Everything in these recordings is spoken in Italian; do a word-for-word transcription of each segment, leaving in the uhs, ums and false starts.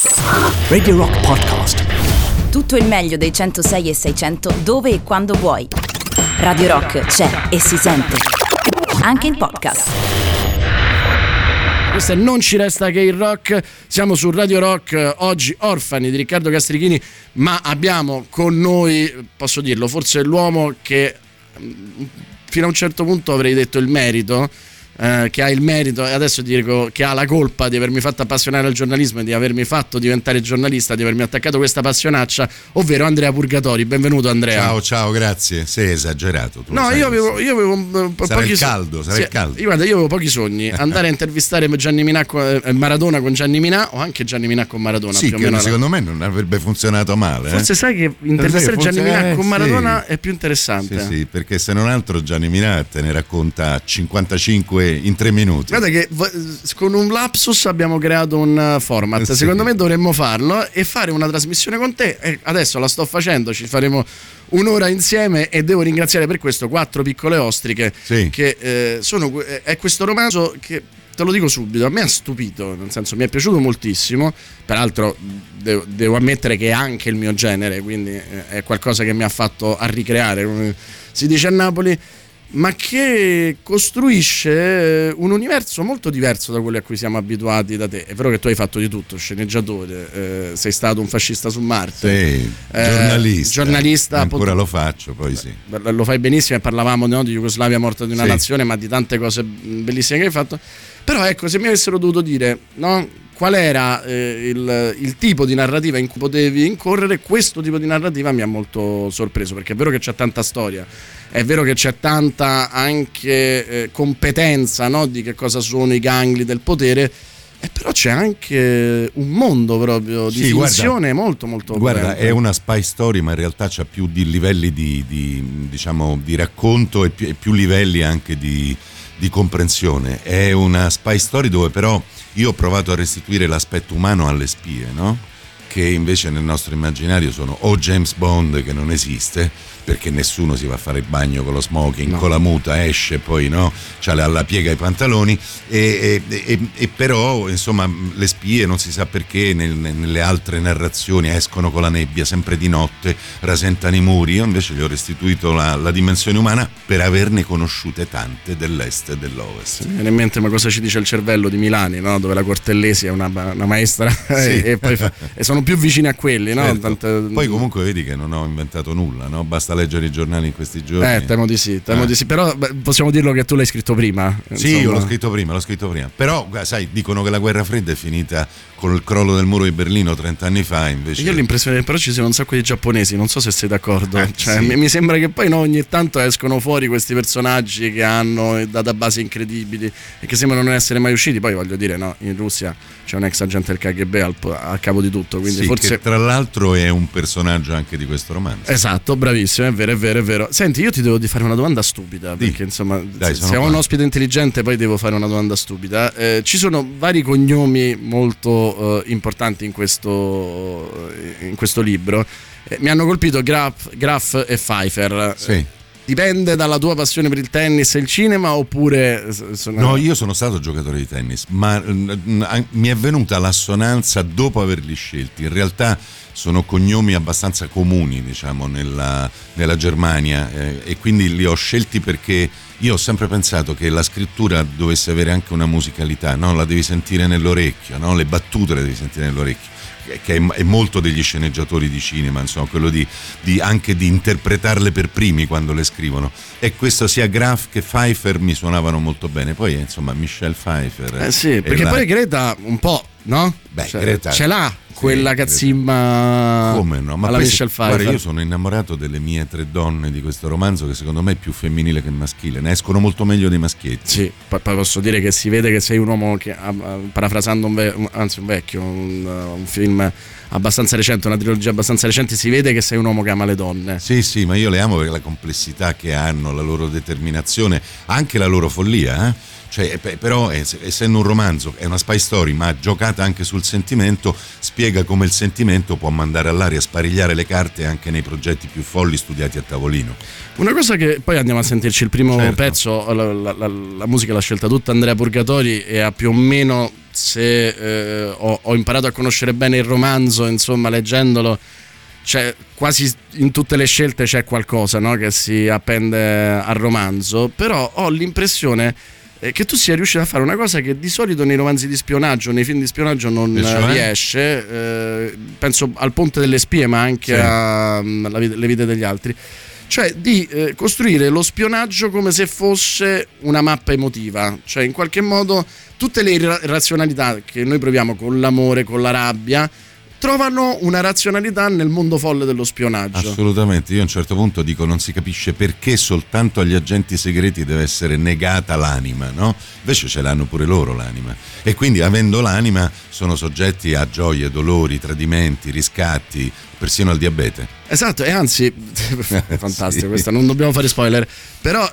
Radio Rock Podcast. Tutto il meglio dei centosei e seicento dove e quando vuoi. Radio Rock c'è e si sente anche in podcast. Questo è Non ci resta che il rock. Siamo su Radio Rock, oggi Orfani di Riccardo Castrichini, ma abbiamo con noi, posso dirlo, forse l'uomo che fino a un certo punto avrei detto il merito, eh, che ha il merito, e adesso dico che ha la colpa di avermi fatto appassionare al giornalismo e di avermi fatto diventare giornalista, di avermi attaccato questa passionaccia, ovvero Andrea Purgatori. Benvenuto Andrea. Ciao ciao, grazie. Sei esagerato tu. No, io avevo, io avevo uh, sarà pochi il caldo, sarà sì, il caldo. Io, guarda, io avevo pochi sogni, andare a intervistare Gianni Minà con, eh, Maradona con Gianni Minà, o anche Gianni Minà con Maradona. Sì, più o che meno secondo me non avrebbe funzionato male. Forse eh? sai che intervistare Forse, Gianni Minà eh, con sì. Maradona è più interessante. Sì, sì, perché se non altro Gianni Minà te ne racconta cinquantacinque in tre minuti. Guarda che con un lapsus abbiamo creato un format, Sì. secondo me dovremmo farlo e fare una trasmissione con te, e adesso la sto facendo, ci faremo un'ora insieme e devo ringraziare per questo quattro piccole ostriche, Sì. che eh, sono, è questo romanzo che, te lo dico subito, a me ha stupito, nel senso mi è piaciuto moltissimo, peraltro devo, devo ammettere che è anche il mio genere, quindi eh, è qualcosa che mi ha fatto a ricreare, come si dice a Napoli, ma che costruisce un universo molto diverso da quelli a cui siamo abituati da te. È vero che tu hai fatto di tutto, sceneggiatore, eh, sei stato un fascista su Marte, Sì, eh, giornalista. giornalista Ancora appunto, lo faccio, poi sì. lo fai benissimo, e parlavamo, no, di Jugoslavia, morta di una Sì. nazione, ma di tante cose bellissime che hai fatto. Però ecco, se mi avessero dovuto dire, no, qual era eh, il, il tipo di narrativa in cui potevi incorrere, questo tipo di narrativa mi ha molto sorpreso, perché è vero che c'è tanta storia, è vero che c'è tanta anche eh, competenza, no, di che cosa sono i gangli del potere, e però c'è anche un mondo proprio di Sì, finzione guarda, molto molto Guarda, potente. è una spy story, ma in realtà c'ha più di livelli di, di diciamo di racconto e più, e più livelli anche di, di comprensione. È una spy story dove però io ho provato a restituire l'aspetto umano alle spie, no? Che invece nel nostro immaginario sono o James Bond, che non esiste, perché nessuno si va a fare il bagno con lo smoking, No. con la muta, esce poi, no? C'ha alla piega i pantaloni, e, e, e, e però insomma le spie, non si sa perché, nel, nelle altre narrazioni escono con la nebbia sempre di notte, rasentano i muri. Io invece gli ho restituito la, la dimensione umana per averne conosciute tante dell'est e dell'ovest. Mi viene in mente, ma cosa ci dice il cervello di Milani, no? Dove la Cortellesi è una, una maestra e, e poi fa, e sono più vicini a quelli, no? Certo. Tante... Poi comunque vedi che non ho inventato nulla, no? Basta leggere i giornali in questi giorni. Eh, temo di sì, temo Eh. di sì. Però beh, possiamo dirlo che tu l'hai scritto prima. Sì, insomma. io l'ho scritto prima, l'ho scritto prima. Però, sai, dicono che la guerra fredda è finita con il crollo del muro di Berlino trent'anni fa, invece. Io ho l'impressione che però ci siano un sacco di giapponesi, non so se sei d'accordo. Eh, cioè, sì. mi, mi sembra che poi no, ogni tanto escono fuori questi personaggi che hanno database incredibili e che sembrano non essere mai usciti. Poi voglio dire, no, in Russia c'è un ex agente del K G B al, a capo di tutto, quindi Sì, forse... che tra l'altro è un personaggio anche di questo romanzo. Esatto, bravissimo, è vero, è vero, è vero. Senti, io ti devo di fare una domanda stupida, Di. perché insomma, Dai, se sono siamo qua. un ospite intelligente, poi devo fare una domanda stupida. Eh, ci sono vari cognomi molto eh, importanti in questo, in questo libro. Eh, mi hanno colpito Graf, Graf e Pfeiffer. Sì. Dipende dalla tua passione per il tennis e il cinema, oppure sono... No, io sono stato giocatore di tennis, ma mm, mi è venuta l'assonanza dopo averli scelti. In realtà sono cognomi abbastanza comuni, diciamo, nella, nella Germania, eh, e quindi li ho scelti perché io ho sempre pensato che la scrittura dovesse avere anche una musicalità, no? La devi sentire nell'orecchio, no? Le battute le devi sentire nell'orecchio, che è, è molto degli sceneggiatori di cinema, insomma, quello di, di anche di interpretarle per primi quando le scrivono, e questo sia Graf che Pfeiffer mi suonavano molto bene. Poi insomma Michelle Pfeiffer, Eh sì, perché la... poi Greta un po', no? Beh, Cioè, Greta- ce l'ha quella sì, cazzimma come no? Ma alla poi Michelle se- Pfeiffer. guarda, io sono innamorato delle mie tre donne di questo romanzo, che secondo me è più femminile che maschile, ne escono molto meglio dei maschietti. Sì, poi, poi posso dire che si vede che sei un uomo che, ah, ah, parafrasando un, ve- un- anzi un vecchio, un, uh, un film abbastanza recente, una trilogia abbastanza recente, si vede che sei un uomo che ama le donne. Sì, sì, ma io le amo per la complessità che hanno, la loro determinazione, anche la loro follia, eh? Cioè, però essendo un romanzo, è una spy story, ma giocata anche sul sentimento, spiega come il sentimento può mandare all'aria, sparigliare le carte anche nei progetti più folli studiati a tavolino. Una cosa che poi andiamo a sentirci il primo Certo. pezzo, la, la, la, la musica l'ha scelta tutta Andrea Purgatori e ha più o meno se eh, ho, ho imparato a conoscere bene il romanzo, insomma, leggendolo, c'è quasi in tutte le scelte c'è qualcosa, no, che si appende al romanzo, però ho l'impressione eh, che tu sia riuscito a fare una cosa che di solito nei romanzi di spionaggio, nei film di spionaggio non cioè? riesce, eh, penso al Ponte delle Spie, ma anche sì. a um, la, Le vite degli altri, cioè di eh, costruire lo spionaggio come se fosse una mappa emotiva, cioè in qualche modo tutte le irrazionalità che noi proviamo con l'amore, con la rabbia, trovano una razionalità nel mondo folle dello spionaggio. Assolutamente, io a un certo punto dico non si capisce perché soltanto agli agenti segreti deve essere negata l'anima, no? Invece ce l'hanno pure loro l'anima, e quindi avendo l'anima sono soggetti a gioie, dolori, tradimenti, riscatti, persino al diabete. Esatto, e anzi fantastico, sì. Questa non dobbiamo fare spoiler, però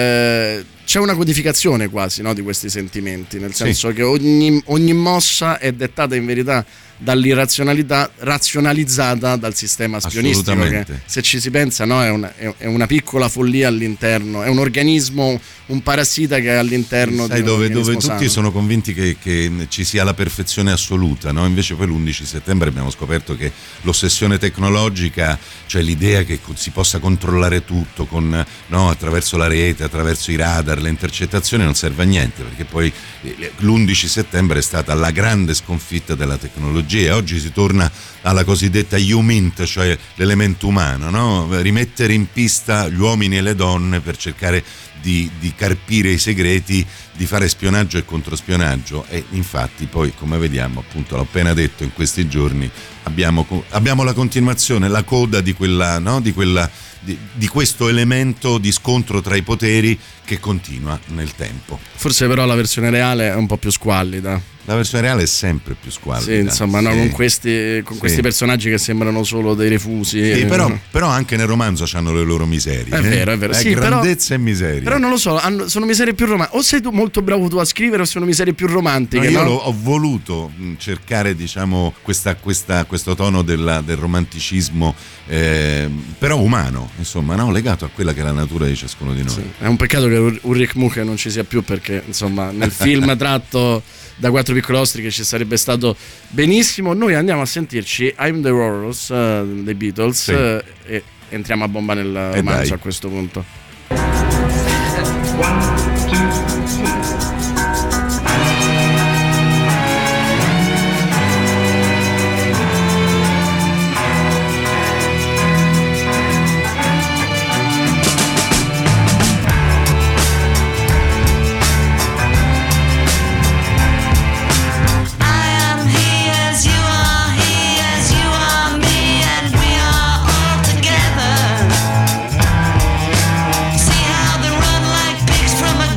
eh, c'è una codificazione quasi, no, di questi sentimenti, nel senso sì. che ogni, ogni mossa è dettata in verità dall'irrazionalità razionalizzata dal sistema spionistico, che se ci si pensa, no, è, una, è una piccola follia all'interno, è un organismo, un parassita che è all'interno Sai, di un dove, dove organismo tutti sano. sono convinti che, che ci sia la perfezione assoluta, no? Invece poi l'undici settembre abbiamo scoperto che l'ossessione tecnologica, cioè l'idea che si possa controllare tutto con, no, attraverso la rete, attraverso i radar, le intercettazioni, non serve a niente, perché poi l'undici settembre è stata la grande sconfitta della tecnologia. Oggi si torna alla cosiddetta humint, cioè l'elemento umano, no? Rimettere in pista gli uomini e le donne per cercare di, di carpire i segreti, di fare spionaggio e controspionaggio, e infatti poi, come vediamo, appunto l'ho appena detto, in questi giorni abbiamo, abbiamo la continuazione, la coda di quella, no? di quella di, di questo elemento di scontro tra i poteri che continua nel tempo. Forse però la versione reale è un po' più squallida. La versione reale è sempre più squallida. Sì, insomma, no, sì. con, questi, con sì. questi personaggi che sembrano solo dei refusi. Sì, eh. però, però anche nel romanzo hanno le loro miserie. È eh? vero, è vero. È sì, grandezza però, e miseria. Però non lo so, hanno, sono miserie più romantiche. O sei tu molto bravo tu a scrivere, o sono miserie più romantiche. No, io no? lo, ho voluto mh, cercare, diciamo, questa, questa, questo tono della, del romanticismo, eh, però umano, insomma, no? Legato a quella che è la natura di ciascuno di noi. Sì. È un peccato che Ur- Ulrich Muche non ci sia più, perché insomma nel film tratto da Quattro piccoli ostriche ci sarebbe stato benissimo. Noi andiamo a sentirci I'm the Warriors uh, dei Beatles, sì. uh, e entriamo a bomba nel E romanzo dai. a questo punto. From a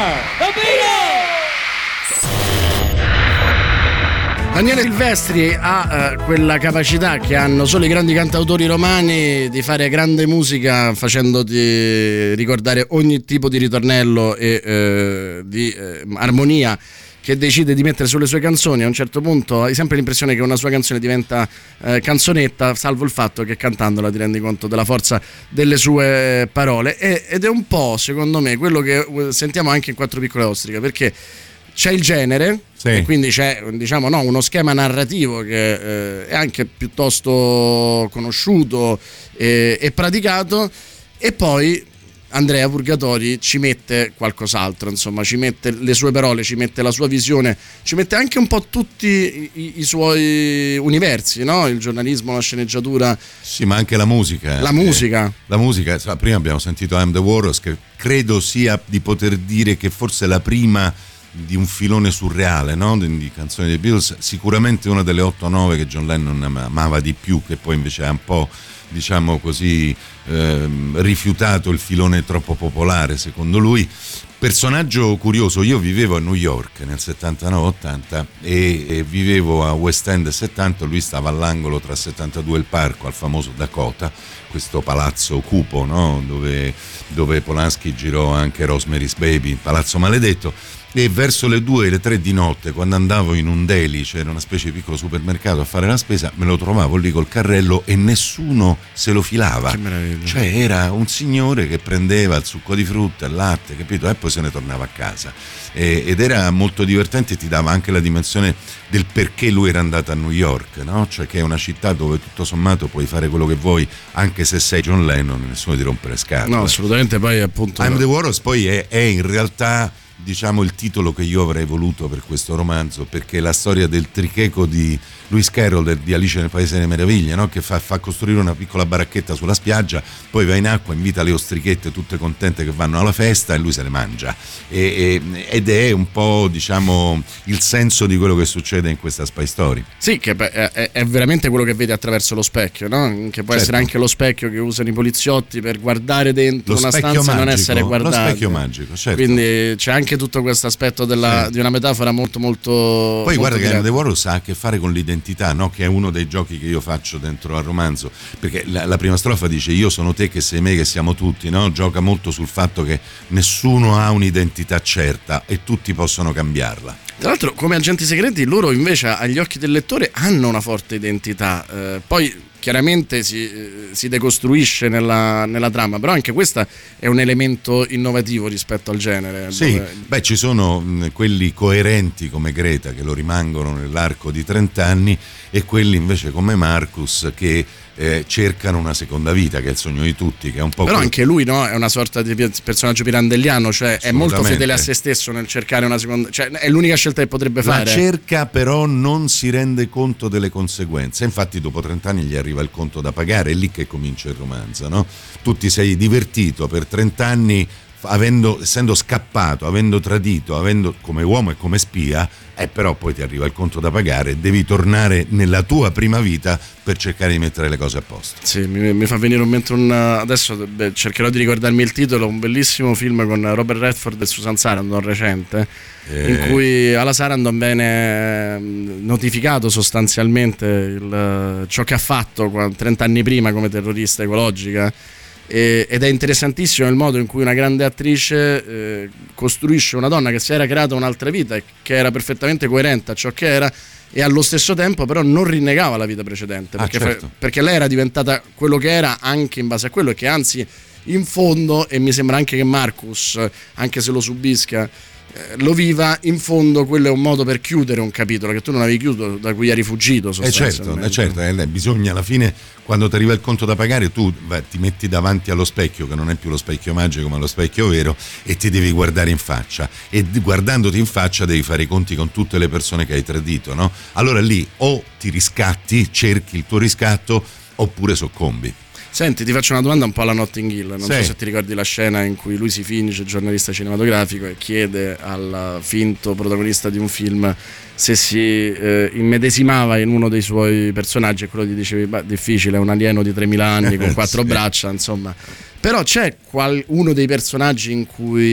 Daniele Silvestri ha uh, quella capacità che hanno solo i grandi cantautori romani di fare grande musica facendoti ricordare ogni tipo di ritornello e uh, di uh, armonia che decide di mettere sulle sue canzoni. A un certo punto hai sempre l'impressione che una sua canzone diventa uh, canzonetta, salvo il fatto che cantandola ti rendi conto della forza delle sue parole, e, ed è un po', secondo me, quello che sentiamo anche in Quattro piccole ostriche, perché c'è il genere, sì, e quindi c'è, diciamo, no, uno schema narrativo che eh, è anche piuttosto conosciuto e, e praticato, e poi Andrea Purgatori ci mette qualcos'altro, insomma, ci mette le sue parole, ci mette la sua visione, ci mette anche un po' tutti i, i suoi universi, no? Il giornalismo, la sceneggiatura. Sì, ma anche la musica. La musica. Eh, la musica, prima abbiamo sentito I'm the Walrus, che credo sia di poter dire che forse la prima di un filone surreale, no? di, di canzoni dei Beatles, sicuramente una delle otto o nove che John Lennon amava di più, che poi invece ha un po', diciamo così, ehm, rifiutato il filone troppo popolare secondo lui. Personaggio curioso, io vivevo a New York nel settantanove ottanta e, e vivevo a West End settanta, lui stava all'angolo tra settantadue e il Parco, al famoso Dakota, questo palazzo cupo, no? dove, dove Polanski girò anche Rosemary's Baby, palazzo maledetto. E verso le due e le tre di notte, quando andavo in un deli, c'era una specie di piccolo supermercato a fare la spesa, me lo trovavo lì col carrello e nessuno se lo filava. Che meraviglia. Cioè era un signore che prendeva il succo di frutta, il latte, capito? E poi se ne tornava a casa. E, ed era molto divertente e ti dava anche la dimensione del perché lui era andato a New York, no? Cioè che è una città dove tutto sommato puoi fare quello che vuoi, anche se sei John Lennon, nessuno ti rompe le scatole. No, assolutamente. Poi appunto I'm the Walrus poi è, è in realtà, diciamo, il titolo che io avrei voluto per questo romanzo, perché la storia del tricheco di Lewis Carroll, di Alice nel Paese delle Meraviglie, no? che fa, fa costruire una piccola baracchetta sulla spiaggia, poi va in acqua, invita le ostrichette tutte contente che vanno alla festa e lui se le mangia, e, e, ed è un po', diciamo, il senso di quello che succede in questa spy story. Sì, che è, è veramente quello che vedi attraverso lo specchio, no? Che può certo. essere anche lo specchio che usano i poliziotti per guardare dentro lo una stanza magico, e non essere guardati. Lo specchio magico, certo. Quindi c'è anche tutto questo aspetto della, sì. di una metafora molto molto poi molto guarda diretta. Che The Walrus ha a che fare con l'identità, no? Che è uno dei giochi che io faccio dentro al romanzo, perché la, la prima strofa dice io sono te che sei me che siamo tutti, no? Gioca molto sul fatto che nessuno ha un'identità certa e tutti possono cambiarla. Tra l'altro, come agenti segreti, loro invece agli occhi del lettore hanno una forte identità, eh, poi chiaramente si, si decostruisce nella, nella trama, però anche questo è un elemento innovativo rispetto al genere. Sì, dove... beh, ci sono mh, quelli coerenti come Greta che lo rimangono nell'arco di trenta anni e quelli invece come Marcus che eh, cercano una seconda vita, che è il sogno di tutti, che è un po' però quello... anche lui, no, è una sorta di personaggio pirandelliano, cioè è molto fedele a se stesso nel cercare una seconda, cioè è l'unica scelta che potrebbe fare. La cerca, però non si rende conto delle conseguenze, infatti dopo trenta anni gli arriva il conto da pagare, è lì che comincia il romanzo, no? Tu ti sei divertito per trenta anni avendo, essendo scappato, avendo tradito, avendo come uomo e come spia, e però poi ti arriva il conto da pagare, devi tornare nella tua prima vita per cercare di mettere le cose a posto. Sì, mi, mi fa venire in mente un adesso beh, cercherò di ricordarmi il titolo, un bellissimo film con Robert Redford e Susan Sarandon recente, eh. in cui alla Sarandon viene notificato sostanzialmente il, ciò che ha fatto trenta anni prima come terrorista ecologica. E, ed è interessantissimo il modo in cui una grande attrice eh, costruisce una donna che si era creata un'altra vita e che era perfettamente coerente a ciò che era e allo stesso tempo però non rinnegava la vita precedente, perché, ah, certo. fa, perché lei era diventata quello che era anche in base a quello, e che anzi in fondo, e mi sembra anche che Marcus, anche se lo subisca, eh, lo viva, in fondo quello è un modo per chiudere un capitolo che tu non avevi chiuso, da cui eri fuggito sostanzialmente. Eh certo, eh certo eh, bisogna alla fine, quando ti arriva il conto da pagare, tu beh, ti metti davanti allo specchio, che non è più lo specchio magico ma lo specchio vero, e ti devi guardare in faccia, e guardandoti in faccia devi fare i conti con tutte le persone che hai tradito, no? Allora lì o ti riscatti, cerchi il tuo riscatto, oppure soccombi. Senti, ti faccio una domanda un po' alla Notting Hill, non sì. so se ti ricordi la scena in cui lui si finge giornalista cinematografico e chiede al finto protagonista di un film se si eh, immedesimava in uno dei suoi personaggi, e quello gli dicevi, beh, difficile, è un alieno di tremila anni con quattro sì. braccia, insomma. Però c'è qual- uno dei personaggi in cui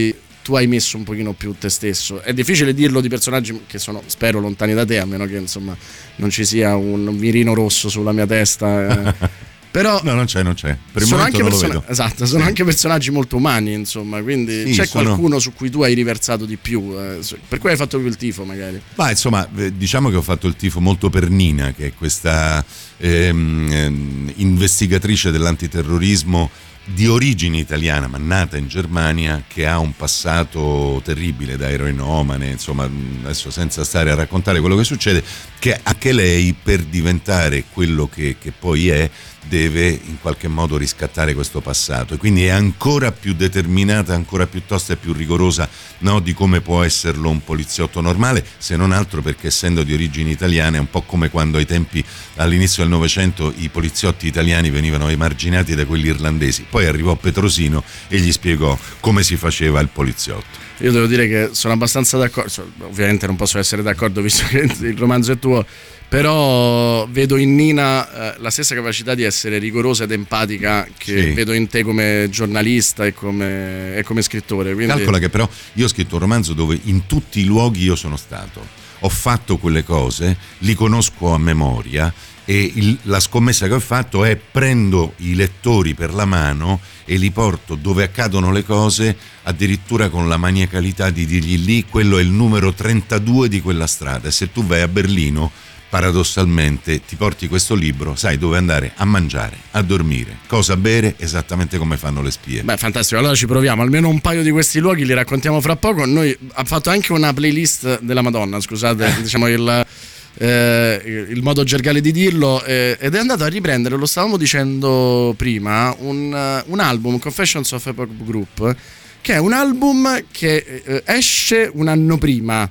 tu hai messo un pochino più te stesso. È difficile dirlo di personaggi che sono, spero, lontani da te, a meno che insomma non ci sia un virino rosso sulla mia testa. Eh. Però no, non c'è, non c'è. Per il sono momento anche non person- lo vedo. Esatto, sono anche personaggi molto umani, insomma, quindi Sì, c'è sono- qualcuno su cui tu hai riversato di più, eh, su- per cui hai fatto più il tifo magari. Ma insomma, eh, diciamo che ho fatto il tifo molto per Nina, che è questa ehm, ehm, investigatrice dell'antiterrorismo di origine italiana ma nata in Germania, che ha un passato terribile da eroinomane, insomma, adesso senza stare a raccontare quello che succede, che anche lei, per diventare quello che, che poi è, deve in qualche modo riscattare questo passato, e quindi è ancora più determinata, ancora più tosta e più rigorosa, no, di come può esserlo un poliziotto normale, se non altro perché, essendo di origini italiane, è un po' come quando ai tempi, all'inizio del Novecento, i poliziotti italiani venivano emarginati da quelli irlandesi. Poi arrivò Petrosino e gli spiegò come si faceva il poliziotto. Io devo dire che sono abbastanza d'accordo, ovviamente non posso essere d'accordo visto che il romanzo è tuo, però vedo in Nina eh, la stessa capacità di essere rigorosa ed empatica che Sì. vedo in te come giornalista e come, e come scrittore. Quindi... Calcola che però io ho scritto un romanzo dove in tutti i luoghi io sono stato, ho fatto quelle cose, li conosco a memoria, e il, la scommessa che ho fatto è: prendo i lettori per la mano e li porto dove accadono le cose, addirittura con la maniacalità di dirgli: lì quello è il numero trentadue di quella strada, e se tu vai a Berlino, paradossalmente, ti porti questo libro, sai dove andare a mangiare, a dormire, cosa bere, esattamente come fanno le spie. Beh, fantastico, allora ci proviamo, almeno un paio di questi luoghi li raccontiamo fra poco. Noi abbiamo fatto anche una playlist della Madonna, scusate, diciamo il, eh, il modo gergale di dirlo, eh, ed è andato a riprendere, lo stavamo dicendo prima, un, un album, Confessions of Epoch Group, che è un album che eh, esce un anno prima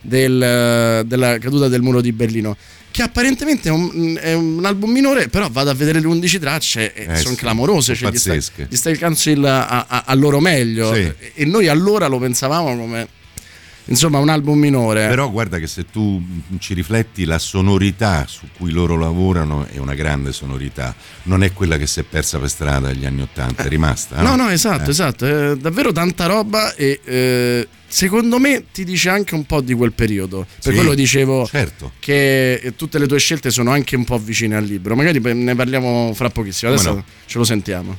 del, della caduta del muro di Berlino, che apparentemente è un, è un album minore, però vado a vedere le undici tracce e Eh sono sì, clamorose, cioè gli sta, pazzesche. gli sta il Council a, a, a loro meglio, Sì. e noi allora lo pensavamo come, insomma, un album minore. Però guarda che se tu ci rifletti, la sonorità su cui loro lavorano è una grande sonorità, non è quella che si è persa per strada negli anni Ottanta, è rimasta. No, no, esatto, Eh. esatto, è davvero tanta roba, e eh, secondo me ti dice anche un po' di quel periodo. Per Sì, quello dicevo certo. che tutte le tue scelte sono anche un po' vicine al libro. Magari ne parliamo fra pochissimo. Come Adesso no? ce lo sentiamo.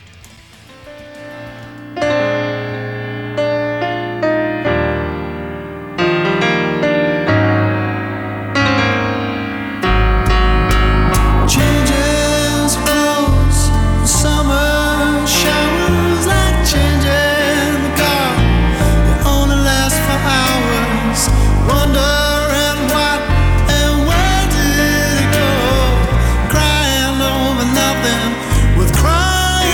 Changes clothes, summer showers like changing the car. They only last for hours. Wondering what and where did it go? Crying over nothing with crying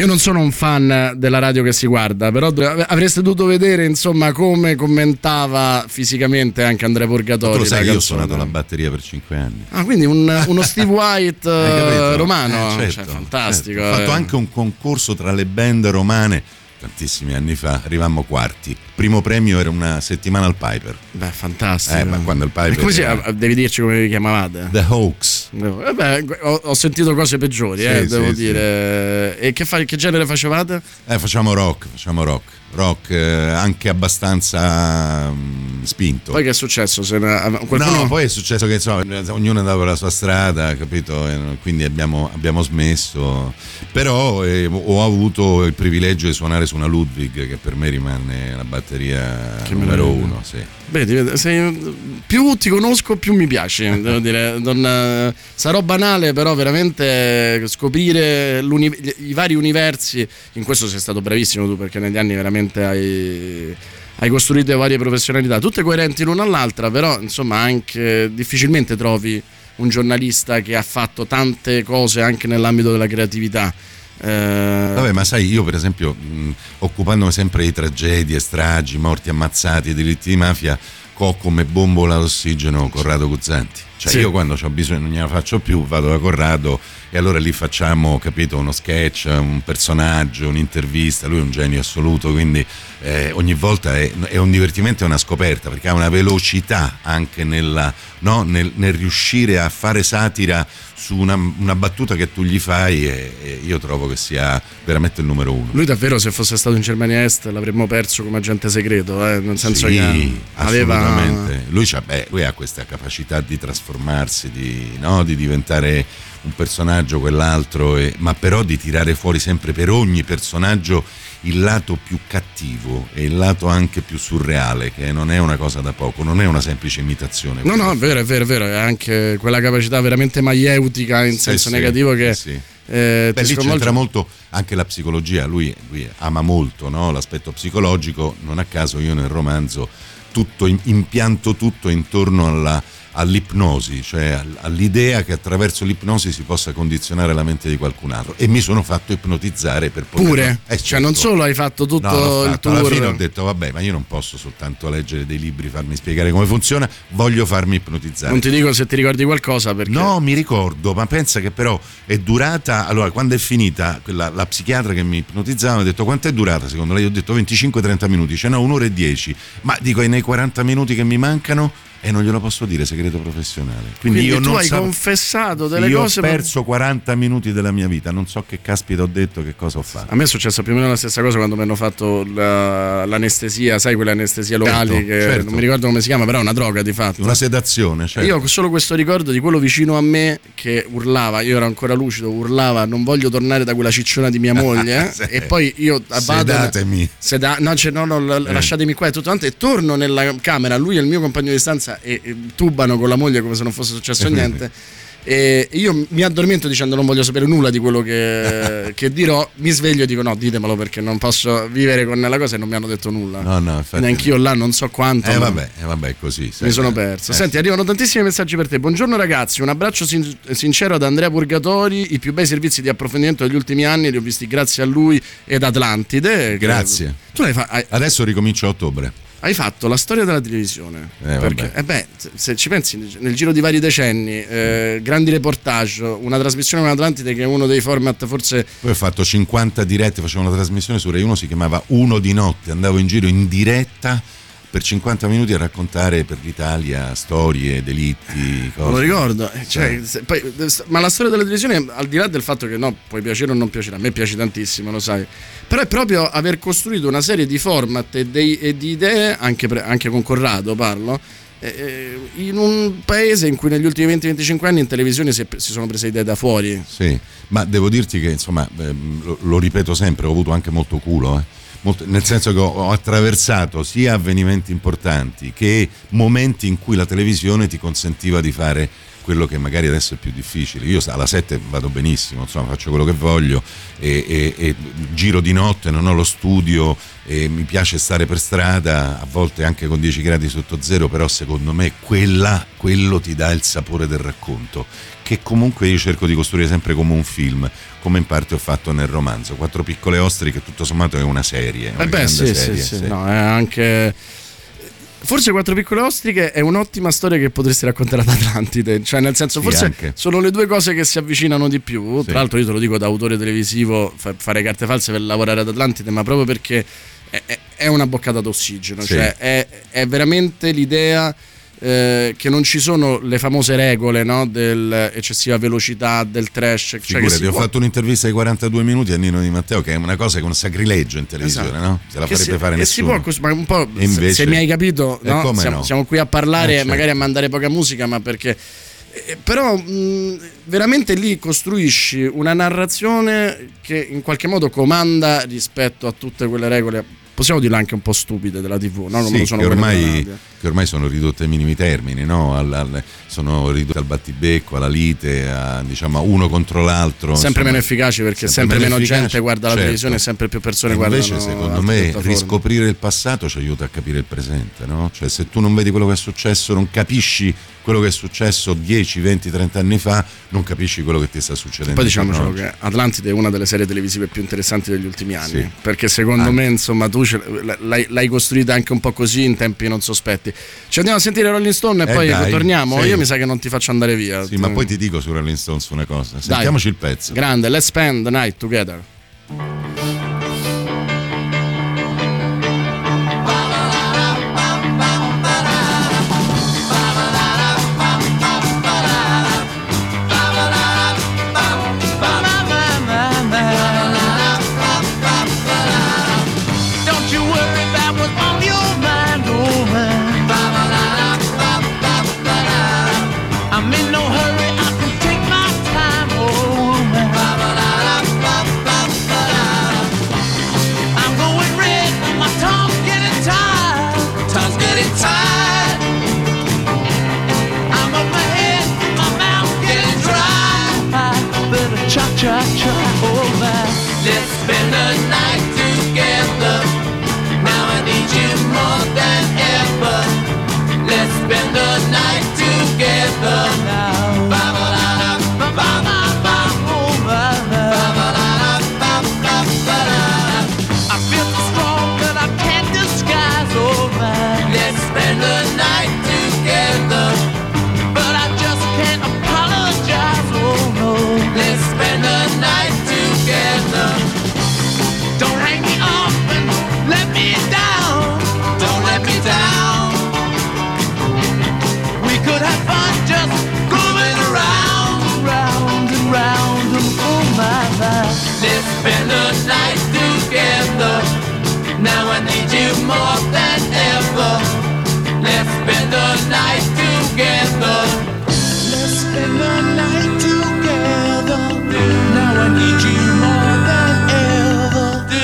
non sono un fan della radio che si guarda, però avreste dovuto vedere insomma come commentava fisicamente anche Andrea Purgatori. Tu lo sai, io ho canzone. suonato la batteria per cinque anni. Ah, quindi un, uno Steve White uh, romano, eh, certo, cioè, fantastico. Certo. Ho fatto eh. anche un concorso tra le band romane tantissimi anni fa, arrivammo quarti. Primo premio era una settimana al Piper. Beh, fantastico. Eh, ma quando il Piper e come si era... devi dirci come vi chiamavate? The Hawks. No, eh beh, ho, ho sentito cose peggiori, Sì, eh, sì, devo sì. dire. E che, fa, che genere facevate? Eh, facciamo rock, facciamo rock. Rock eh, anche abbastanza mh, spinto. Poi che è successo? Se ne, qualcuno... No, poi è successo che insomma, ognuno andava per la sua strada, capito? E quindi abbiamo, abbiamo smesso. Però eh, ho avuto il privilegio di suonare su una Ludwig, che per me rimane la batteria Che numero meraviglia. uno. Sì. Vedi, sei, più ti conosco più mi piace, devo dire. Non, sarò banale, però veramente scoprire i vari universi, in questo sei stato bravissimo tu, perché negli anni veramente hai, hai costruito varie professionalità, tutte coerenti l'una all'altra, però insomma anche difficilmente trovi un giornalista che ha fatto tante cose anche nell'ambito della creatività. Eh... Vabbè, ma sai, io per esempio mh, occupandomi sempre di tragedie, stragi, morti ammazzati, delitti di mafia, co come bombola d'ossigeno Corrado Guzzanti. Cioè, sì. Io quando ho bisogno non gliela faccio più, vado da Corrado e allora lì facciamo, capito, uno sketch, un personaggio, un'intervista. Lui è un genio assoluto, quindi eh, ogni volta è, è un divertimento e una scoperta, perché ha una velocità anche nella, no, nel, nel riuscire a fare satira su una, una battuta che tu gli fai, e, e io trovo che sia veramente il numero uno. Lui davvero, se fosse stato in Germania Est, l'avremmo perso come agente segreto, eh? Nel senso sì, che aveva... assolutamente. Lui, beh, lui ha questa capacità di trasformarsi, di, no, di diventare un personaggio, quell'altro, e, ma però di tirare fuori sempre per ogni personaggio il lato più cattivo e il lato anche più surreale, che non è una cosa da poco, non è una semplice imitazione. No, no, è vero, è vero, è vero, è anche quella capacità veramente maieutica in sì, senso sì, negativo che... sì. Eh, Beh, lì c'entra molto anche la psicologia, lui, lui ama molto, no? L'aspetto psicologico, non a caso io nel romanzo tutto, impianto tutto intorno alla, all'ipnosi, cioè all'idea che attraverso l'ipnosi si possa condizionare la mente di qualcun altro, e mi sono fatto ipnotizzare per poter... Pure? Eh, cioè certo. non solo hai fatto tutto no, l'ho il fatto. tour. Alla fine ho detto vabbè, ma io non posso soltanto leggere dei libri, farmi spiegare come funziona, voglio farmi ipnotizzare. Non ti dico se ti ricordi qualcosa, perché... No, mi ricordo, ma pensa che però è durata, allora quando è finita quella, la psichiatra che mi ipnotizzava mi ha detto quanto è durata secondo lei? Io ho detto venticinque trenta minuti, cioè no, un'ora e dieci, ma dico e nei quaranta minuti che mi mancano? E non glielo posso dire, segreto professionale. Quindi, Quindi io tu non hai sap- confessato delle io cose. Io ho perso quaranta minuti della mia vita, non so che caspita ho detto, che cosa ho fatto. A me è successa più o meno la stessa cosa quando mi hanno fatto la, l'anestesia, sai, quelle anestesie locali, certo, che certo. non mi ricordo come si chiama, però è una droga di fatto. Una sedazione, certo. Io ho solo questo ricordo di quello vicino a me che urlava, io ero ancora lucido, urlava non voglio tornare da quella cicciona di mia moglie. sì. E poi io vado, sedatemi seda, no, cioè, no, no, eh. lasciatemi qua e tutto quanto, e torno nella camera, lui è il mio compagno di stanza e, e tubano con la moglie come se non fosse successo niente. E io mi addormento dicendo non voglio sapere nulla di quello che, che dirò, mi sveglio e dico no, ditemelo perché non posso vivere con la cosa, e non mi hanno detto nulla. No, no, infatti. Neanch'io là non so quanto. Eh vabbè, eh, vabbè, così. Mi sono perso. Eh, Senti, sì. arrivano tantissimi messaggi per te. Buongiorno ragazzi, un abbraccio sin- sincero ad Andrea Purgatori. I più bei servizi di approfondimento degli ultimi anni li ho visti grazie a lui ed Atlantide. Grazie. Tu l'hai fa- hai, Adesso ricomincio a ottobre. hai fatto la storia della televisione. Eh, perché, eh beh, se- se ci pensi, nel giro di vari decenni, eh, grandi reportage, una trasmissione con Atlantide che è uno dei format forse... Poi ho fatto cinquanta dirette, facevo una trasmissione su Rai uno, si chiamava Uno di notte, andavo in giro in diretta per cinquanta minuti a raccontare per l'Italia storie, delitti, cose. Non lo ricordo, eh, cioè, se- poi, ma la storia della televisione, al di là del fatto che no, puoi piacere o non piacere, a me piace tantissimo, lo sai, però è proprio aver costruito una serie di format e, dei, e di idee, anche, pre, anche con Corrado parlo, eh, in un paese in cui negli ultimi venti venticinque anni in televisione si, è, si sono prese idee da fuori. Sì, ma devo dirti che insomma, ehm, lo, lo ripeto sempre, ho avuto anche molto culo, eh. Molto, nel senso che ho, ho attraversato sia avvenimenti importanti che momenti in cui la televisione ti consentiva di fare quello che magari adesso è più difficile. Io alla sette vado benissimo, insomma, faccio quello che voglio e, e, e giro di notte, non ho lo studio e mi piace stare per strada, a volte anche con dieci gradi sotto zero, però secondo me quella, quello ti dà il sapore del racconto, che comunque io cerco di costruire sempre come un film, come in parte ho fatto nel romanzo. Quattro piccole ostriche, tutto sommato è una serie, una eh beh, sì, serie, sì, sì, sì. no, è anche... Forse Quattro piccole ostriche è un'ottima storia che potresti raccontare ad Atlantide, cioè nel senso, Sì, forse anche. sono le due cose che si avvicinano di più. Sì. Tra l'altro io te lo dico da autore televisivo, fa- fare carte false per lavorare ad Atlantide, ma proprio perché è, è- è una boccata d'ossigeno, Sì. cioè è, è veramente l'idea eh, che non ci sono le famose regole, no? Dell'eccessiva velocità, del trash, cioè che Figurati, si ho può- fatto un'intervista di quarantadue minuti a Nino Di Matteo, che è una cosa che è un sacrilegio in televisione, Esatto. no? Se la Che farebbe si, fare e si nessuno. può cos- ma un po' E invece- se mi hai capito, Eh, no? come siamo, no? siamo qui a parlare Eh, e certo. magari a mandare poca musica, ma perché eh, però mh, veramente lì costruisci una narrazione che in qualche modo comanda rispetto a tutte quelle regole, possiamo dirlo anche un po' stupide, della tivù, no? Come Sì, lo sono che, quelle della ormai, radio. che ormai sono ridotte ai minimi termini, no? Al, al- sono ridotte al battibecco, alla lite, a, diciamo a uno contro l'altro. Sempre insomma, meno efficaci, perché sempre, meno meno efficaci, gente guarda la certo. televisione e sempre più persone E guardano. invece secondo altre me piattaforme. riscoprire il passato ci aiuta a capire il presente, no? Cioè se tu non vedi quello che è successo, non capisci quello che è successo dieci, venti, trenta anni fa, non capisci quello che ti sta succedendo. Poi diciamocelo oggi. che Atlantide è una delle serie televisive più interessanti degli ultimi anni, Sì. perché secondo Anche. me insomma tu ce- l'hai, l'hai costruita anche un po' così in tempi non sospetti. Ci andiamo a sentire Rolling Stone e Eh poi dai, torniamo. sì. Io mi sa che non ti faccio andare via. Sì, ma poi ti dico su Rolling Stones una cosa, sentiamoci il pezzo. Grande, let's spend the night together. Don't you worry about what's on your mind, oh man. I'm in no hurry, I can take my time, oh man. I'm going red, my tongue's getting tired, tongue's getting tired. I'm up my head, my mouth's getting dry. Better cha cha cha, oh man. Let's spend the night together. Now I need you more than ever. Let's spend the night together now. Ba ba da ba ba ba ba oh ba ba da ba ba ba da. I feel so strong that I can't disguise, oh man. Let's spend the night together, but I just can't apologize, oh no. Let's spend the night together. Don't hang me up and let me down. Don't let me down. We could have fun just going around, round and round and oh my my. Let's spend the night together. Now I need you more than ever. Let's spend the night together. Let's spend the night together. Now I need you more than ever.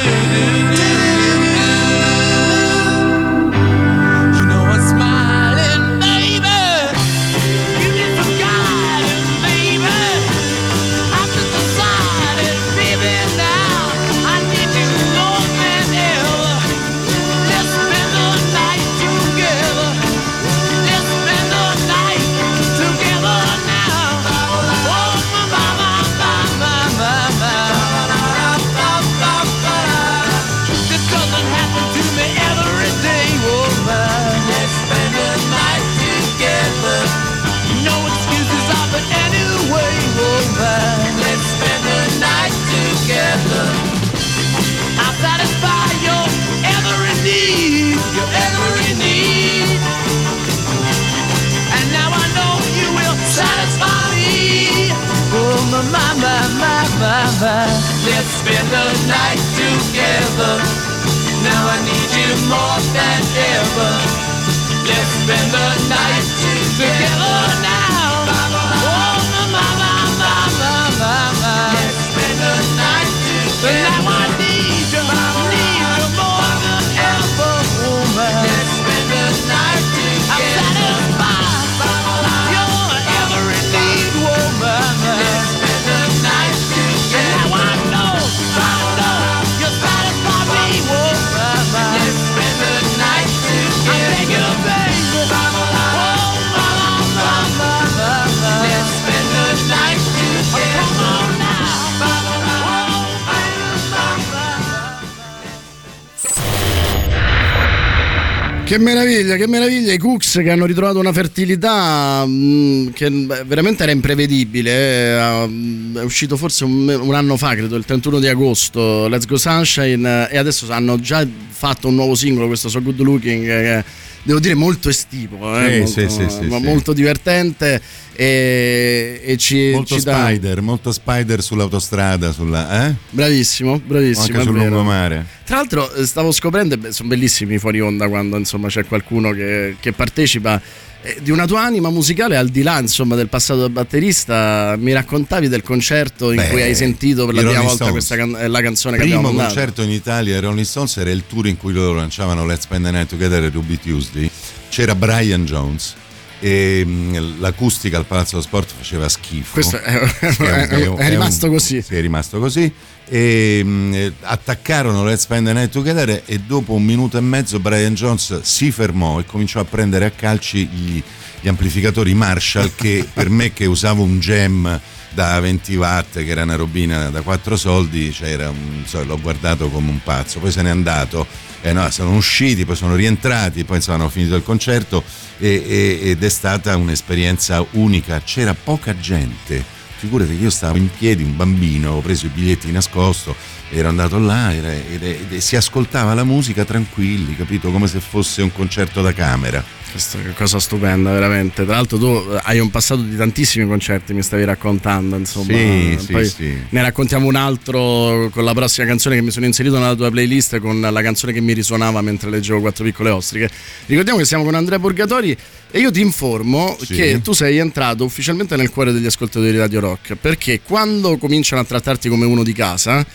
You know I'm smiling, baby. You need some guidance, baby. I've just decided, baby, now I need you more than ever. Let's spend the night together. Let's spend the night together now. Oh, my, my, my, my, my, my. This doesn't happen to me every day, oh man. Let's spend the night together. No excuses of it anyway, oh man. Let's spend the night together. I'll satisfy your every need, your every need. And now I know you will satisfy me. Oh my, my, my, my, my, my. Let's spend the night together. Now I need you more than ever. Let's spend the night together now. Oh my, my, my, my, my, my, my. Let's spend the night together. Now I need you, need you more than ever, woman. Let's spend the night together. I'm satisfied. You're every Che meraviglia, che meraviglia, i Cooks che hanno ritrovato una fertilità mh, che veramente era imprevedibile, eh, è uscito forse un, un anno fa, credo il trentuno di agosto, Let's Go Sunshine, e adesso hanno già fatto un nuovo singolo, questo So Good Looking, che devo dire molto estivo, eh, sì, molto, sì, sì, ma sì, molto divertente e, e ci, molto ci dà... spider, molto spider sull'autostrada, sulla, eh? Bravissimo, bravissimo. Anche sul vero. lungomare. Tra l'altro stavo scoprendo, beh, sono bellissimi fuori onda quando insomma c'è qualcuno che, che partecipa, eh, di una tua anima musicale al di là insomma del passato da batterista. Mi raccontavi del concerto in Beh, cui hai sentito per la i prima Rolling volta Stones. questa can- la canzone che Primo abbiamo mandato. concerto in Italia ai Rolling Stones era il tour in cui loro lanciavano Let's Spend the Night Together e Ruby Tuesday. C'era Brian Jones e mh, l'acustica al Palazzo dello Sport faceva schifo. Questo è, È un- è un- è rimasto è un- così. Sì, è rimasto così. E mh, attaccarono Let's Spend the Night Together e dopo un minuto e mezzo Brian Jones si fermò e cominciò a prendere a calci gli, gli amplificatori Marshall, che per me, che usavo un Gem da venti watt, che era una robina da quattro soldi, cioè era un, so, l'ho guardato come un pazzo. Poi se n'è andato, eh no, sono usciti, poi sono rientrati, poi insomma hanno finito il concerto e, e, ed è stata un'esperienza unica. C'era poca gente, figurati che io stavo in piedi, un bambino, ho preso i biglietti di nascosto, ero andato là era, era, e si ascoltava la musica tranquilli, capito, come se fosse un concerto da camera. Questa è una cosa stupenda veramente. Tra l'altro tu hai un passato di tantissimi concerti, mi stavi raccontando, insomma. Sì, Poi sì, sì. ne raccontiamo un altro con la prossima canzone che mi sono inserito nella tua playlist, con la canzone che mi risuonava mentre leggevo Quattro piccole ostriche. Ricordiamo che siamo con Andrea Purgatori e io ti informo Sì. che tu sei entrato ufficialmente nel cuore degli ascoltatori di Radio Rock, perché quando cominciano a trattarti come uno di casa,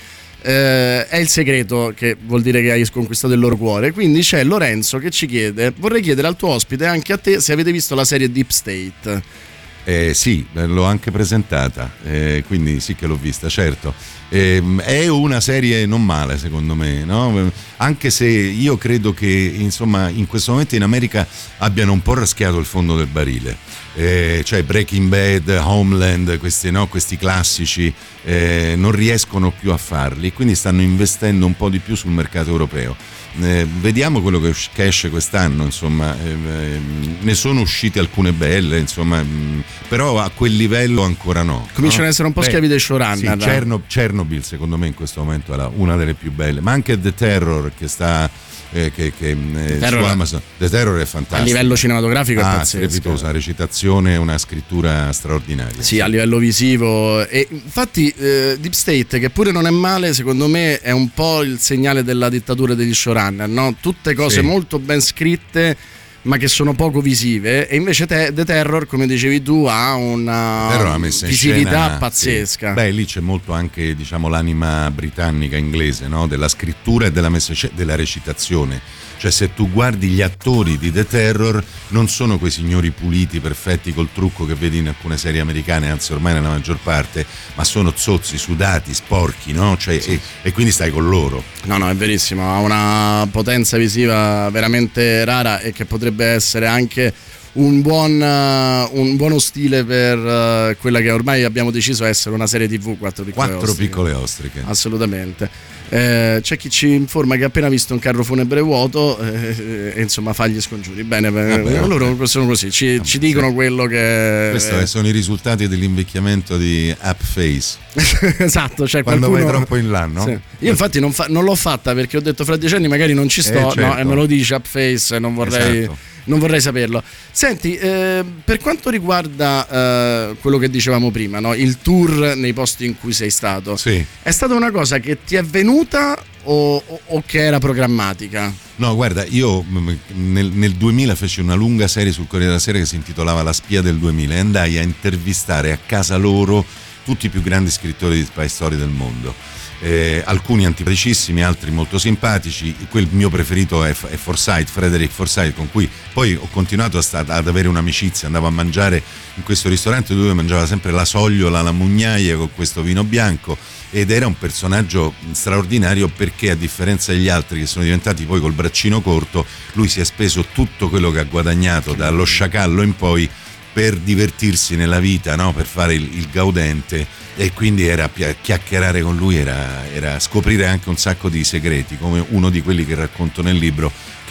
Eh, è il segreto, che vuol dire che hai sconquistato il loro cuore. Quindi c'è Lorenzo che ci chiede: vorrei chiedere al tuo ospite e anche a te se avete visto la serie Deep State. Eh, sì, l'ho anche presentata, eh, quindi sì che l'ho vista, certo. Eh, è una serie non male secondo me, no? Anche se io credo che insomma in questo momento in America abbiano un po' raschiato il fondo del barile, eh, cioè Breaking Bad, Homeland, questi, no, questi classici eh, non riescono più a farli, quindi stanno investendo un po' di più sul mercato europeo. Eh, vediamo quello che, che esce quest'anno, insomma, eh, eh, ne sono uscite alcune belle, insomma, mh, però a quel livello ancora no. Cominciano no? ad essere un po' Beh, schiavi dei showrunner. sì, Chernobyl, Chernobyl secondo me in questo momento è una delle più belle, ma anche The Terror che sta eh, che, che, eh, Terror, su Amazon. The Terror è fantastico. a livello cinematografico è ah, pazzesco. strepitosa, una recitazione, una scrittura straordinaria. Sì, a livello visivo. E infatti eh, Deep State, che pure non è male, secondo me è un po' il segnale della dittatura degli showrunner, no? Tutte cose Sì. molto ben scritte ma che sono poco visive, e invece te, The Terror, come dicevi tu, ha una Terror l'ha messa in visibilità scena, pazzesca. sì. Beh, lì c'è molto anche, diciamo, l'anima britannica, inglese, no? Della scrittura e della messa in scena, della recitazione. Cioè, se tu guardi gli attori di The Terror, non sono quei signori puliti, perfetti col trucco che vedi in alcune serie americane, anzi ormai nella maggior parte, ma sono zozzi, sudati, sporchi, no? Cioè, Sì. e, e quindi stai con loro. No, no, è verissimo, ha una potenza visiva veramente rara e che potrebbe essere anche un buon uh, un buono stile per uh, quella che ormai abbiamo deciso essere una serie tivù, Quattro piccole Quattro ostriche. piccole ostriche. Assolutamente. Eh, c'è chi ci informa che ha appena visto un carro funebre vuoto eh, e insomma fa gli scongiuri. Bene, Vabbè, loro okay. sono così, ci, Vabbè, ci dicono sì. quello che Questi eh, sono i risultati dell'invecchiamento di App Face. esatto, cioè Quando qualcuno... vai troppo in là, no? Sì. Io infatti non, fa... non l'ho fatta perché ho detto fra dieci anni magari non ci sto, Eh, no, certo. e me lo dice Upface, non vorrei, Esatto. non vorrei saperlo. Senti, eh, per quanto riguarda eh, quello che dicevamo prima, no? Il tour nei posti in cui sei stato, Sì. è stata una cosa che ti è venuta o, o, o che era programmatica? No, guarda, io mh, nel, nel duemila feci una lunga serie sul Corriere della Sera che si intitolava La spia del duemila e andai a intervistare a casa loro tutti i più grandi scrittori di spy story del mondo. Eh, alcuni antipaticissimi, altri molto simpatici. Quel mio preferito è, è Forsyth, Frederick Forsyth, con cui poi ho continuato a sta, ad avere un'amicizia. Andavo a mangiare in questo ristorante dove mangiava sempre la sogliola, la mugnaia con questo vino bianco, ed era un personaggio straordinario perché, a differenza degli altri che sono diventati poi col braccino corto, lui si è speso tutto quello che ha guadagnato dallo sciacallo in poi per divertirsi nella vita, no? Per fare il, il gaudente, e quindi era chiacchierare con lui era, era scoprire anche un sacco di segreti, come uno di quelli che racconto nel libro,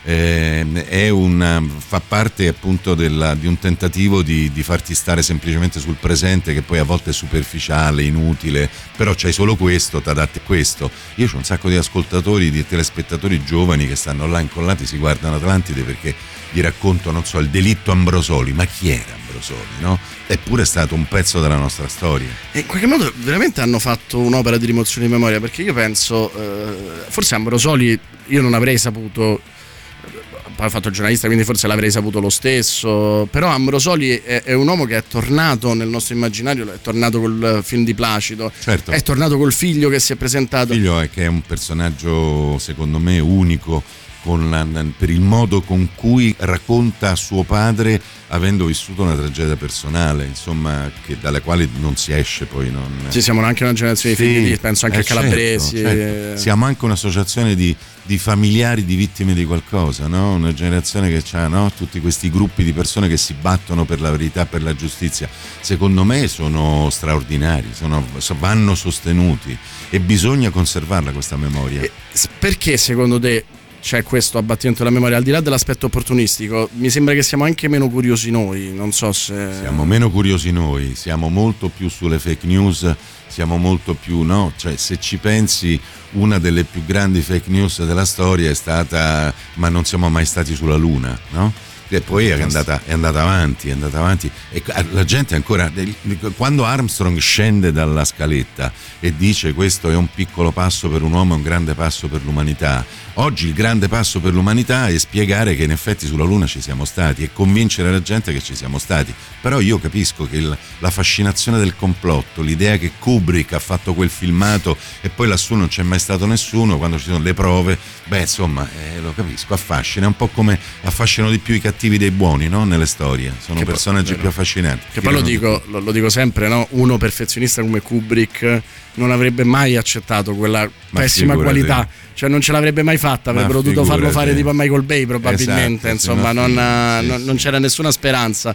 eh, è una, fa parte appunto della, di un tentativo di, di farti stare semplicemente sul presente, che poi a volte è superficiale, inutile, però c'hai solo questo, t'adatti a questo. Io c'ho un sacco di ascoltatori, di telespettatori giovani che stanno là incollati, si guardano Atlantide perché gli racconto, non so, il delitto Ambrosoli. Ma chi era Ambrosoli, no? Eppure è stato un pezzo della nostra storia. E in qualche modo veramente hanno fatto un'opera di rimozione di memoria, perché io penso, eh, forse Ambrosoli io non avrei saputo, poi ho fatto il giornalista quindi forse l'avrei saputo lo stesso, però Ambrosoli è, è un uomo che è tornato nel nostro immaginario, è tornato col film di Placido, certo. È tornato col figlio che si è presentato. Il figlio è che è un personaggio secondo me unico, con la, per il modo con cui racconta a suo padre, avendo vissuto una tragedia personale, insomma, che dalle quali non si esce poi. Non... Sì, siamo anche una generazione sì, di figli, penso anche eh, a Calabresi. Certo, certo. Siamo anche un'associazione di, di familiari di vittime di qualcosa, no? Una generazione che ha, no? Tutti questi gruppi di persone che si battono per la verità, per la giustizia. Secondo me sono straordinari, sono, vanno sostenuti e bisogna conservarla questa memoria. E perché secondo te c'è questo abbattimento della memoria, al di là dell'aspetto opportunistico? Mi sembra che siamo anche meno curiosi noi, non so se... Siamo meno curiosi noi, siamo molto più sulle fake news, siamo molto più, no? Cioè, se ci pensi, una delle più grandi fake news della storia è stata ma non siamo mai stati sulla Luna, no? E poi è andata, è andata avanti, è andata avanti e la gente ancora, quando Armstrong scende dalla scaletta e dice questo è un piccolo passo per un uomo e un grande passo per l'umanità, oggi il grande passo per l'umanità è spiegare che in effetti sulla Luna ci siamo stati e convincere la gente che ci siamo stati. Però io capisco che il, la fascinazione del complotto, l'idea che Kubrick ha fatto quel filmato e poi lassù non c'è mai stato nessuno, quando ci sono le prove, beh insomma eh, lo capisco, affascina, è un po' come affascinano di più i cattivi dei buoni, no? Nelle storie sono che personaggi poi, più affascinanti. Che poi lo dico, lo, lo dico sempre, no? Uno perfezionista come Kubrick non avrebbe mai accettato quella ma pessima qualità, cioè non ce l'avrebbe mai fatta, avrebbero dovuto farlo fare tipo a Michael Bay probabilmente, esatto, insomma non, sì, non, sì. non c'era nessuna speranza.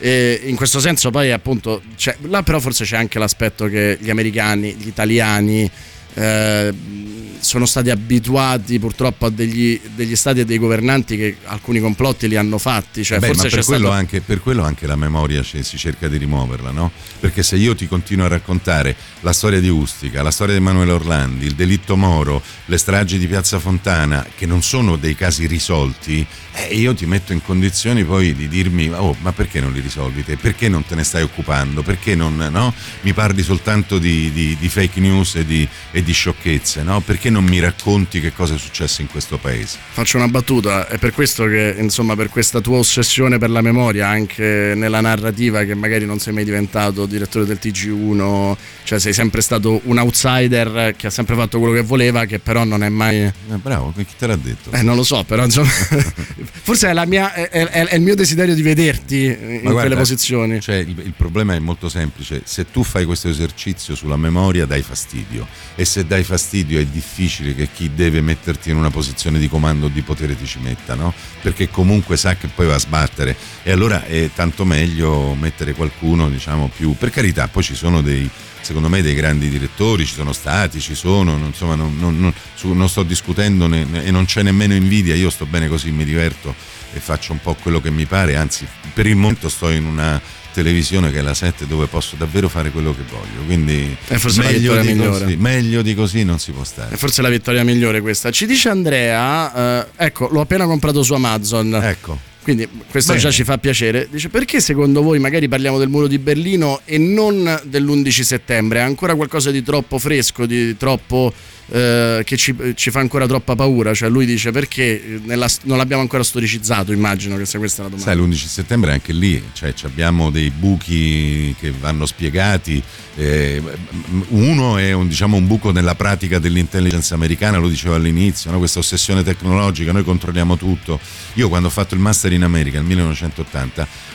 E in questo senso poi appunto cioè, là però forse c'è anche l'aspetto che gli americani, gli italiani eh, sono stati abituati purtroppo a degli, degli stati e dei governanti che alcuni complotti li hanno fatti, cioè, Beh, forse ma per, c'è quello stato... anche, per quello anche la memoria si cerca di rimuoverla, no? Perché se io ti continuo a raccontare la storia di Ustica, la storia di Emanuele Orlandi, il delitto Moro, le stragi di Piazza Fontana, che non sono dei casi risolti, eh, io ti metto in condizioni poi di dirmi oh, ma perché non li risolvi te? Perché non te ne stai occupando? Perché non, no? Mi parli soltanto di, di, di fake news e di, e di sciocchezze, no? Perché non mi racconti che cosa è successo in questo paese? Faccio una battuta, è per questo che insomma per questa tua ossessione per la memoria anche nella narrativa, che magari non sei mai diventato direttore del T G uno, cioè sei sempre stato un outsider che ha sempre fatto quello che voleva, che però non è mai eh, bravo, chi te l'ha detto? Eh non lo so, però insomma forse è, la mia, è, è, è il mio desiderio di vederti in Ma guarda, quelle posizioni. Cioè il, il problema è molto semplice: se tu fai questo esercizio sulla memoria dai fastidio, e se dai fastidio è difficile che chi deve metterti in una posizione di comando o di potere ti ci metta, no? Perché comunque sa che poi va a sbattere, e allora è tanto meglio mettere qualcuno, diciamo, più, per carità, poi ci sono dei, secondo me, dei grandi direttori, ci sono stati, ci sono, insomma non, non, non, su, non sto discutendo ne, e non c'è nemmeno invidia, io sto bene così, mi diverto e faccio un po' quello che mi pare, anzi per il momento sto in una televisione che è la sette dove posso davvero fare quello che voglio, quindi forse meglio, la di migliore. Così, meglio di così non si può stare. È forse la vittoria migliore questa. Ci dice Andrea, eh, ecco, l'ho appena comprato su Amazon, ecco, quindi questo Bene. già ci fa piacere. Dice: perché secondo voi magari parliamo del muro di Berlino e non dell'undici settembre? È ancora qualcosa di troppo fresco, di troppo eh, che ci, ci fa ancora troppa paura? Cioè lui dice perché nella, non l'abbiamo ancora storicizzato, immagino che sia questa la domanda. Sai, l'undici settembre anche lì, cioè abbiamo dei buchi che vanno spiegati. Eh, uno è un, diciamo, un buco nella pratica dell'intelligence americana, lo dicevo all'inizio, no? Questa ossessione tecnologica, noi controlliamo tutto. Io quando ho fatto il master in America nel millenovecentottanta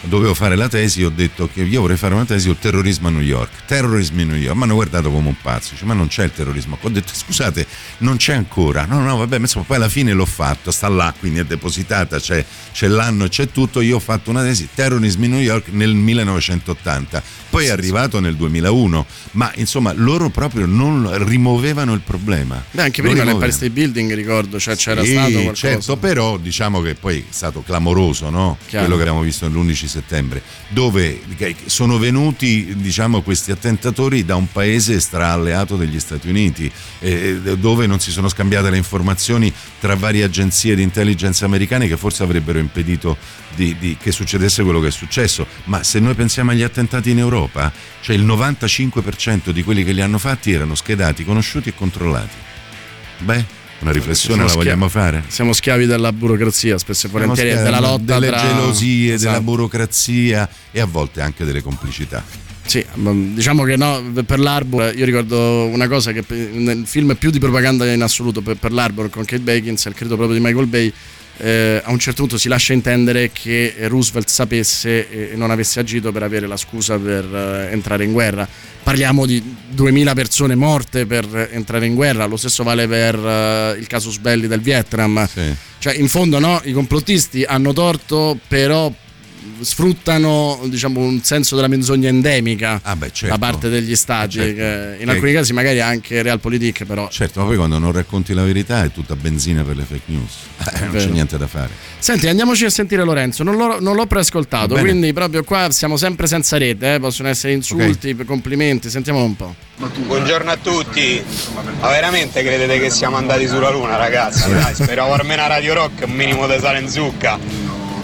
dovevo fare la tesi, ho detto che io vorrei fare una tesi sul terrorismo a New York. Terrorismo in New York. Mi hanno guardato come un pazzo, dice, ma non c'è il terrorismo. Ho detto scusate, non c'è ancora. No, no, vabbè, ma insomma, poi alla fine l'ho fatto, sta là, quindi è depositata, c'è, c'è l'anno, c'è tutto. Io ho fatto una tesi terrorismo in New York nel millenovecentottanta, poi è arrivato nel duemilauno, ma insomma loro proprio non rimuovevano il problema. Beh, anche prima l'Empire State Building, ricordo, cioè c'era sì, stato qualcosa. Certo, però diciamo che poi è stato clamoroso, no? Chiaro. Quello che abbiamo visto l'undici settembre, dove sono venuti, diciamo, questi attentatori da un paese straalleato degli Stati Uniti, eh, dove non si sono scambiate le informazioni tra varie agenzie di intelligence americane che forse avrebbero impedito di, di, che succedesse quello che è successo. Ma se noi pensiamo agli attentati in Europa, cioè il novantacinque per cento di quelli che li hanno fatti erano schedati, conosciuti e controllati. Beh, una riflessione Siamo la vogliamo schiavi. fare? Siamo schiavi della burocrazia, spesso e volentieri, Siamo della schiavi lotta delle tra... gelosie, Esatto. della burocrazia e a volte anche delle complicità. Sì, diciamo che no, per l'Arbor io ricordo una cosa che nel film più di propaganda in assoluto per, per l'Arbor con Kate Beckinsale, credo proprio di Michael Bay, eh, a un certo punto si lascia intendere che Roosevelt sapesse e non avesse agito per avere la scusa per eh, entrare in guerra. Parliamo di duemila persone morte per entrare in guerra, lo stesso vale per uh, il casus belli del Vietnam. Sì. Cioè, in fondo no, i complottisti hanno torto, però sfruttano, diciamo, un senso della menzogna endemica ah beh, certo. da parte degli stati, certo. che in che... alcuni casi magari anche realpolitik, però certo, ma poi quando non racconti la verità è tutta benzina per le fake news, eh, non vero. c'è niente da fare. Senti, andiamoci a sentire Lorenzo, non l'ho, non l'ho preascoltato, quindi proprio qua siamo sempre senza rete, eh? Possono essere insulti, okay. complimenti, sentiamolo un po'. Buongiorno a tutti, ma veramente credete che siamo andati sulla luna, ragazzi? Dai, speravo almeno a Radio Rock un minimo di sale in zucca.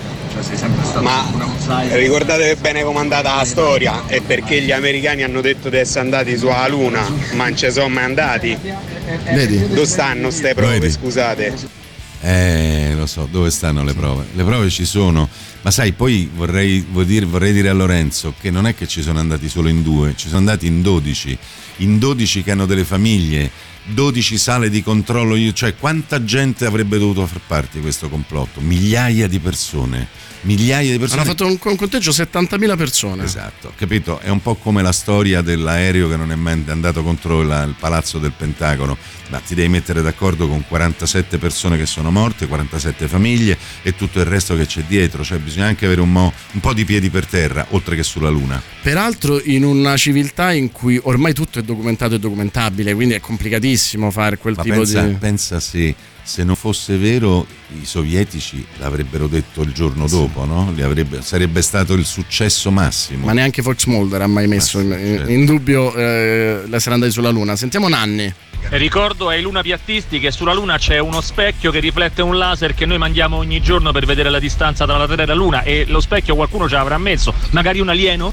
Ma ricordate bene com'è andata la storia e perché gli americani hanno detto di essere andati sulla luna, ma non ci sono mai andati? Vedi? Dove stanno ste prove, Vedi? scusate? Eh, lo so, dove stanno le prove? Le prove ci sono, ma sai, poi vorrei, vorrei, dire, vorrei dire a Lorenzo che non è che ci sono andati solo in due, ci sono andati in dodici, in dodici che hanno delle famiglie, dodici sale di controllo, cioè quanta gente avrebbe dovuto far parte di questo complotto? Migliaia di persone. Migliaia di persone. Hanno fatto un, un conteggio settantamila persone. Esatto, capito? È un po' come la storia dell'aereo che non è mai andato contro la, il palazzo del Pentagono, ma ti devi mettere d'accordo con quarantasette persone che sono morte, quarantasette famiglie e tutto il resto che c'è dietro, cioè bisogna anche avere un, mo, un po' di piedi per terra, oltre che sulla Luna. Peraltro in una civiltà in cui ormai tutto è documentato e documentabile, quindi è complicatissimo fare quel ma tipo pensa, di... pensa se, se non fosse vero i sovietici l'avrebbero detto il giorno sì. dopo, no? Li avrebbe, sarebbe stato il successo massimo. Ma neanche Fox Mulder ha mai messo in, certo. in dubbio eh, l'essere andati sulla Luna. Sentiamo Nanni. Ricordo ai lunapiattisti che sulla Luna c'è uno specchio che riflette un laser che noi mandiamo ogni giorno per vedere la distanza tra la Terra e la Luna, e lo specchio qualcuno ce l'avrà messo, magari un alieno?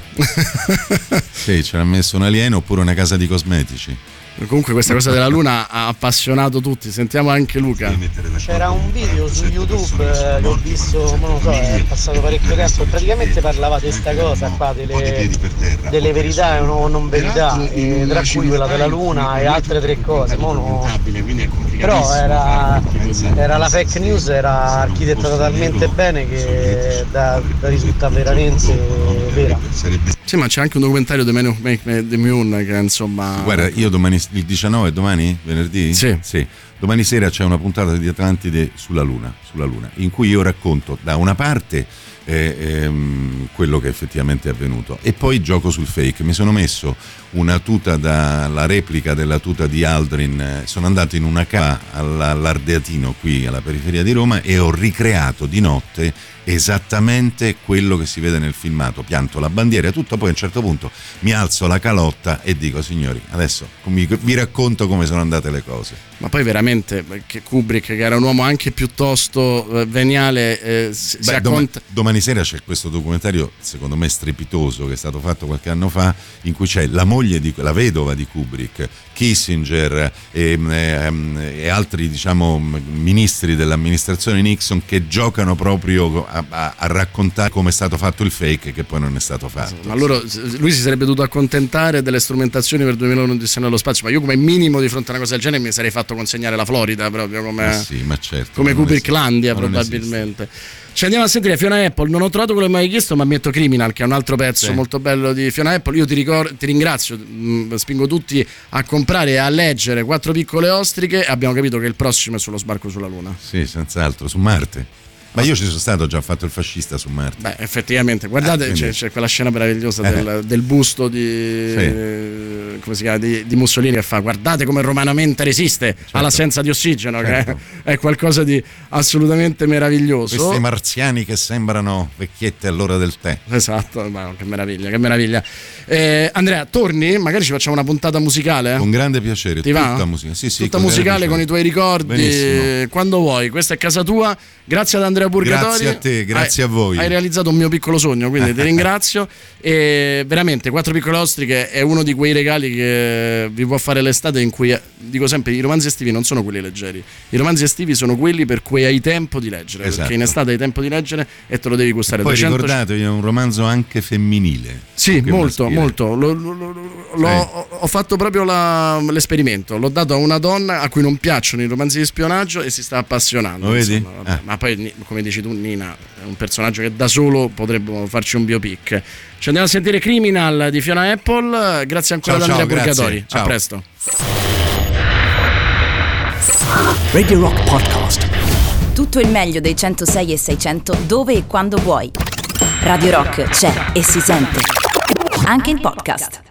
Sì, ce l'ha messo un alieno oppure una casa di cosmetici. Comunque questa cosa della Luna ha appassionato tutti. Sentiamo anche Luca. C'era un video su YouTube eh, che ho visto, non lo so, è passato parecchio tempo, e praticamente parlava di questa cosa qua, delle, delle verità e non, non verità, e tra cui quella della Luna e altre tre cose. Mo no, però era, era la fake news, era architettata talmente bene che da, da risultare veramente vera. Sì, ma c'è anche un documentario The Man Who Make the Moon che insomma... Guarda, io domani, il diciannove, domani? Venerdì? Sì. Sì. Domani sera c'è una puntata di Atlantide sulla Luna, sulla Luna, in cui io racconto da una parte eh, ehm, quello che effettivamente è avvenuto e poi gioco sul fake. Mi sono messo una tuta, da, la replica della tuta di Aldrin, eh, sono andato in una cava all'Ardeatino qui alla periferia di Roma e ho ricreato di notte esattamente quello che si vede nel filmato, pianto la bandiera e tutto, poi a un certo punto mi alzo la calotta e dico: signori, adesso vi racconto come sono andate le cose. Ma poi veramente che Kubrick, che era un uomo anche piuttosto eh, veniale, eh, si Beh, acconta... domani, domani sera c'è questo documentario secondo me strepitoso che è stato fatto qualche anno fa, in cui c'è la moglie di la vedova di Kubrick, Kissinger e, e, e altri, diciamo, ministri dell'amministrazione Nixon che giocano proprio a, a, a raccontare come è stato fatto il fake, che poi non è stato fatto. Ma loro, lui si sarebbe dovuto accontentare delle strumentazioni per duemilauno Odissea nello spazio, ma io come minimo di fronte a una cosa del genere mi sarei fatto consegnare la Florida proprio come, ma sì, ma certo, come Kubricklandia esiste, probabilmente. Ci andiamo a sentire Fiona Apple. Non ho trovato quello che mi hai chiesto, ma metto Criminal, che è un altro pezzo Sì. molto bello di Fiona Apple. Io ti, ricor- ti ringrazio, mh, spingo tutti a comprare e a leggere Quattro piccole ostriche. Abbiamo capito che il prossimo è sullo sbarco sulla Luna. Sì, senz'altro, su Marte. Ma io ci sono stato, ho già fatto il fascista su Marte. Beh, effettivamente, guardate, Eh, quindi- c'è, c'è quella scena meravigliosa Eh. del, del busto di, Sì. come si chiama, di, di Mussolini, che fa: guardate come romanamente resiste all'assenza di ossigeno, Certo. che è, è qualcosa di assolutamente meraviglioso. Questi marziani che sembrano vecchiette all'ora del tè. Esatto, ma che meraviglia, che meraviglia. Eh, Andrea, torni? Magari ci facciamo una puntata musicale? Con grande piacere. Ti va? Tutta musica. Sì, sì, Tutta con grande musicale piacere. con i tuoi ricordi, Benissimo. quando vuoi. Questa è casa tua. Grazie ad Andrea Purgatori. Grazie a te, grazie Hai- a voi. Hai realizzato un mio piccolo sogno, quindi ti ringrazio. E veramente, Quattro piccole ostriche è uno di quei regali che vi può fare l'estate, in cui, dico sempre, i romanzi estivi non sono quelli leggeri. I romanzi estivi sono quelli per cui hai tempo di leggere. Esatto. Perché in estate hai tempo di leggere e te lo devi gustare. Poi trecento ricordatevi, è un romanzo anche femminile. Sì, Che molto, maschile. molto. Lo- lo- lo- l'ho- Sì. ho- ho fatto proprio la- l'esperimento. L'ho dato a una donna a cui non piacciono i romanzi di spionaggio e si sta appassionando. Lo vedi? insomma, vabbè. Ah. Ma poi, ni- come dici tu, Nina è un personaggio che da solo potrebbe farci un biopic. Ci andiamo a sentire Criminal di Fiona Apple. Grazie ancora Ciao, ad Andrea ciao, grazie. Purgatori. A Ciao. presto. Radio Rock Podcast. Tutto il meglio dei centosei e seicento dove e quando vuoi. Radio Rock c'è e si sente. Anche in podcast.